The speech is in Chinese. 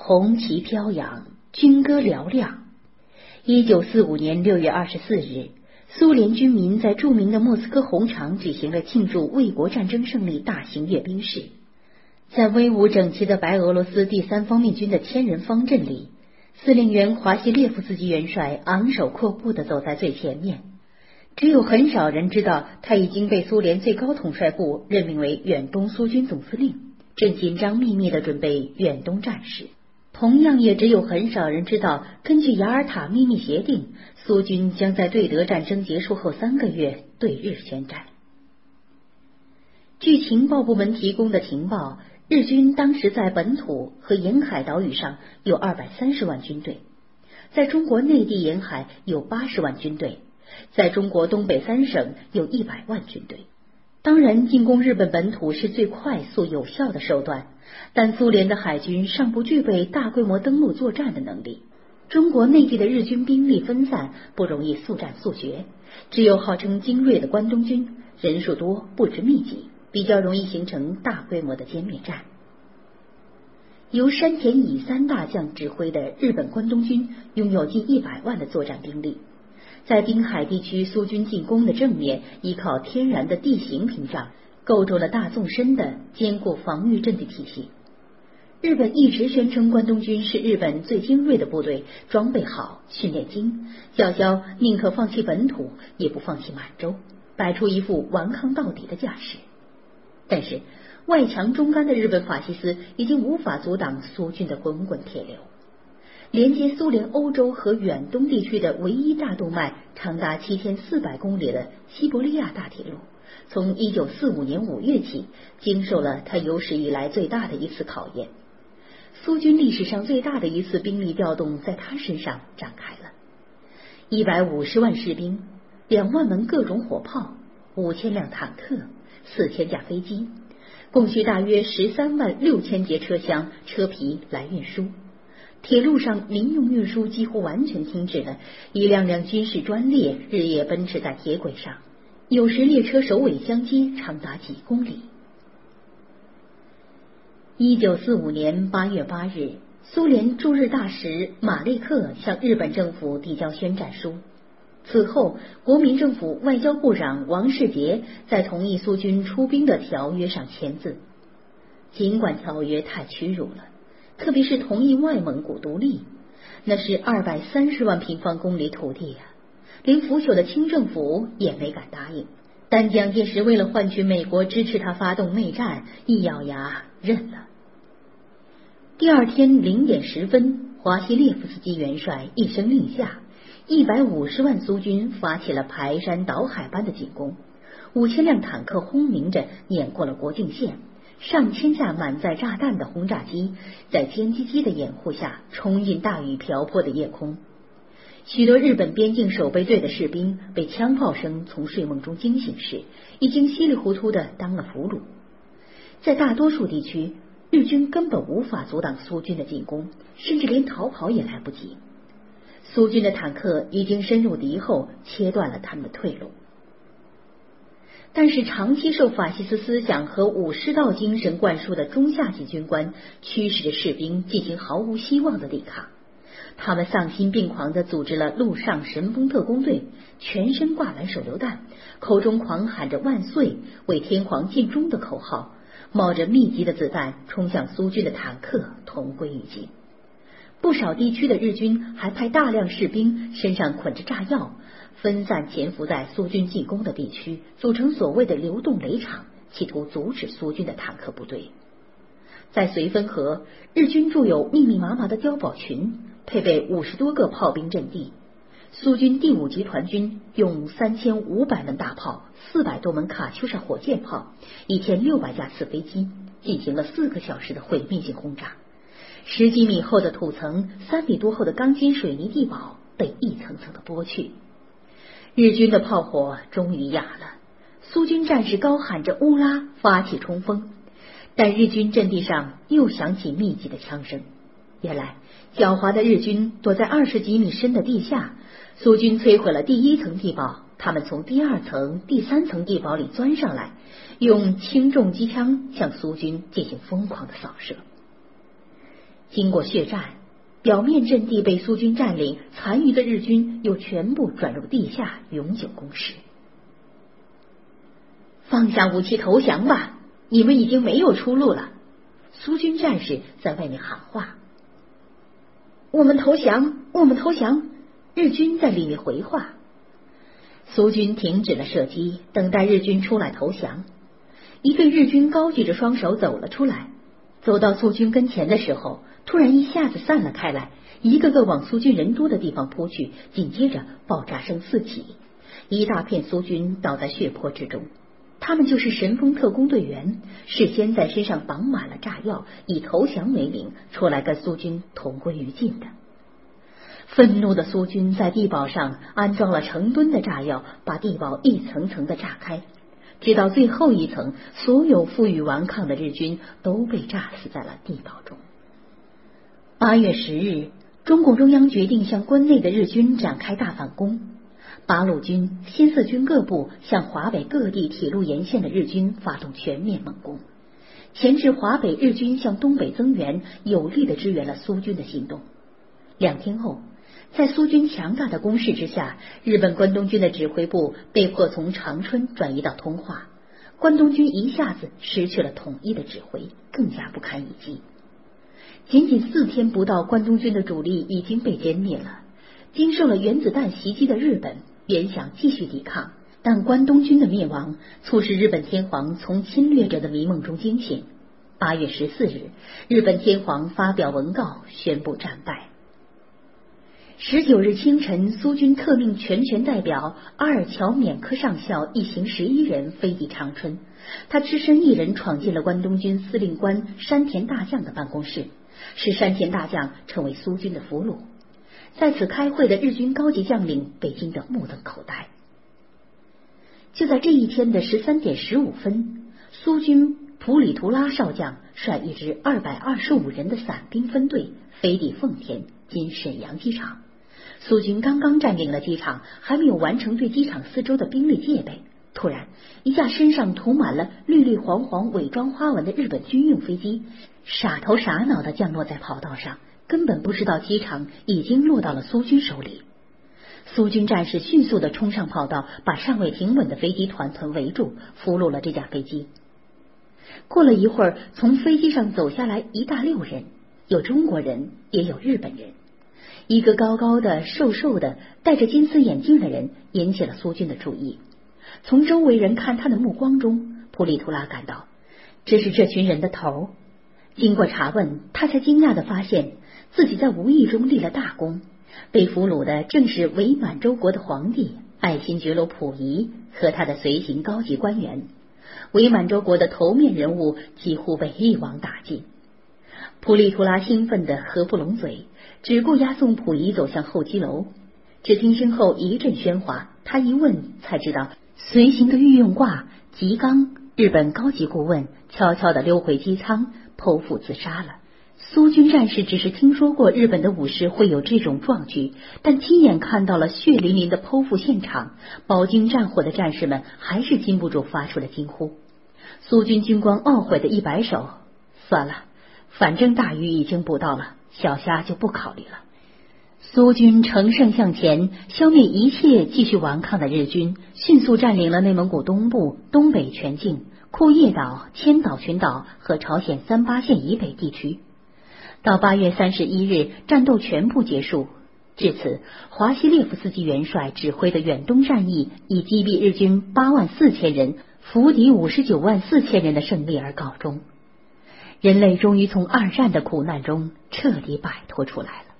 红旗飘扬，军歌嘹亮。1945年6月24日，苏联军民在著名的莫斯科红场举行了庆祝卫国战争胜利大型阅兵式。在威武整齐的白俄罗斯第三方面军的1000人方阵里，司令员华西列夫斯基元帅昂首阔步地走在最前面。只有很少人知道，他已经被苏联最高统帅部任命为远东苏军总司令，正紧张秘密地准备远东战事。同样也只有很少人知道，根据雅尔塔秘密协定，苏军将在对德战争结束后3个月对日宣战。据情报部门提供的情报，日军当时在本土和沿海岛屿上有230万军队，在中国内地沿海有80万军队，在中国东北3省有100万军队。当然，进攻日本本土是最快速有效的手段，但苏联的海军尚不具备大规模登陆作战的能力。中国内地的日军兵力分散，不容易速战速决，只有号称精锐的关东军，人数多，布置密集，比较容易形成大规模的歼灭战。由山田乙三大将指挥的日本关东军拥有近100万的作战兵力。在滨海地区，苏军进攻的正面依靠天然的地形屏障，构筑了大纵深的坚固防御阵地体系。日本一直宣称关东军是日本最精锐的部队，装备好，训练精，叫嚣宁可放弃本土，也不放弃满洲，摆出一副顽抗到底的架势。但是外强中干的日本法西斯已经无法阻挡苏军的滚滚铁流。连接苏联欧洲和远东地区的唯一大动脉，长达7400公里的西伯利亚大铁路，从1945年5月起，经受了它有史以来最大的一次考验。苏军历史上最大的一次兵力调动在它身上展开了。150万士兵，2万门各种火炮，5000辆坦克，4000架飞机，共需大约13万6千节车厢、车皮来运输。铁路上民用运输几乎完全停止了，一辆辆军事专列日夜奔驰在铁轨上，有时列车首尾相接，长达几公里。1945年8月8日，苏联驻日大使马列克向日本政府递交宣战书。此后，国民政府外交部长王世杰在同意苏军出兵的条约上签字。尽管条约太屈辱了，特别是同意外蒙古独立，那是230万平方公里土地啊，连腐朽的清政府也没敢答应。但蒋介石为了换取美国支持他发动内战，一咬牙认了。第二天0点10分，华西列夫斯基元帅一声令下，150万苏军发起了排山倒海般的进攻，5000辆坦克轰鸣着碾过了国境线，上千架满载炸弹的轰炸机在歼击机的掩护下冲进大雨瓢泼的夜空。许多日本边境守备队的士兵被枪炮声从睡梦中惊醒时，已经稀里糊涂地当了俘虏。在大多数地区，日军根本无法阻挡苏军的进攻，甚至连逃跑也来不及。苏军的坦克已经深入敌后，切断了他们的退路。但是长期受法西斯思想和武士道精神灌输的中下级军官驱使着士兵进行毫无希望的抵抗。他们丧心病狂地组织了陆上神风特工队，全身挂满手榴弹，口中狂喊着万岁，为天皇尽忠的口号，冒着密集的子弹冲向苏军的坦克，同归于尽。不少地区的日军还派大量士兵身上捆着炸药，分散潜伏在苏军进攻的地区，组成所谓的流动雷场，企图阻止苏军的坦克部队。在绥芬河，日军驻有密密麻麻的碉堡群，配备50多个炮兵阵地。苏军第5集团军用3500门大炮、400多门卡秋莎火箭炮、1600架次飞机进行了4个小时的毁灭性轰炸。10几米厚的土层、3米多厚的钢筋水泥地堡被一层层的剥去。日军的炮火终于哑了，苏军战士高喊着乌拉，发起冲锋。但日军阵地上又响起密集的枪声。原来狡猾的日军躲在20几米深的地下，苏军摧毁了第1层地堡，他们从第2层、第3层地堡里钻上来，用轻重机枪向苏军进行疯狂的扫射。 经过血战，表面阵地被苏军占领，残余的日军又全部转入地下永久工事。放下武器投降吧，你们已经没有出路了。苏军战士在外面喊话。我们投降，我们投降。日军在里面回话。苏军停止了射击，等待日军出来投降。一队日军高举着双手走了出来，走到苏军跟前的时候，突然一下子散了开来，一个个往苏军人多的地方扑去，紧接着爆炸声四起，一大片苏军倒在血泊之中。他们就是神风特工队员，事先在身上绑满了炸药，以投降为名出来跟苏军同归于尽的。愤怒的苏军在地堡上安装了成吨的炸药，把地堡一层层的炸开，直到最后一层，所有负隅顽抗的日军都被炸死在了地堡中。8月10日，中共中央决定向关内的日军展开大反攻。八路军、新四军各部向华北各地铁路沿线的日军发动全面猛攻，钳制华北日军向东北增援，有力地支援了苏军的行动。2天后，在苏军强大的攻势之下，日本关东军的指挥部被迫从长春转移到通化，关东军一下子失去了统一的指挥，更加不堪一击。仅仅4天不到，关东军的主力已经被歼灭了。经受了原子弹袭击的日本原想继续抵抗，但关东军的灭亡促使日本天皇从侵略者的迷梦中惊醒。8月14日，日本天皇发表文告宣布战败。19日清晨，苏军特命全权代表阿尔乔缅科上校一行11人飞抵长春，他只身一人闯进了关东军司令官山田大将的办公室，使山田大将成为苏军的俘虏。在此开会的日军高级将领被惊得目瞪口呆。就在这一天的13点15分，苏军普里图拉少将率一支225人的伞兵分队飞抵奉田（今沈阳机场）。苏军刚刚占领了机场，还没有完成对机场四周的兵力戒备，突然一架身上涂满了绿绿黄黄伪装花纹的日本军用飞机傻头傻脑地降落在跑道上，根本不知道机场已经落到了苏军手里。苏军战士迅速地冲上跑道，把尚未停稳的飞机团团围住，俘虏了这架飞机。过了一会儿，从飞机上走下来一大溜人，有中国人，也有日本人。一个高高的、瘦瘦的、戴着金丝眼镜的人引起了苏军的注意。从周围人看他的目光中，普里图拉感到这是这群人的头。经过查问，他才惊讶地发现自己在无意中立了大功。被俘虏的正是伪满洲国的皇帝爱新觉罗溥仪和他的随行高级官员。伪满洲国的头面人物几乎被一网打尽。普里图拉兴奋得合不拢嘴，只顾押送溥仪走向候机楼。只听身后一阵喧哗，他一问才知道，随行的御用挂吉冈日本高级顾问悄悄地溜回机舱，剖腹自杀了。苏军战士只是听说过日本的武士会有这种壮举，但亲眼看到了血淋淋的剖腹现场，饱经战火的战士们还是禁不住发出了惊呼。苏军军官懊悔的一摆手，算了，反正大鱼已经捕到了，小虾就不考虑了。苏军乘胜向前，消灭一切继续顽抗的日军，迅速占领了内蒙古东部、东北全境、库页岛、千岛群岛和朝鲜38线以北地区。到8月31日，战斗全部结束。至此，华西列夫斯基元帅指挥的远东战役以击毙日军84000人、俘敌594000人的胜利而告终。人类终于从二战的苦难中彻底摆脱出来了。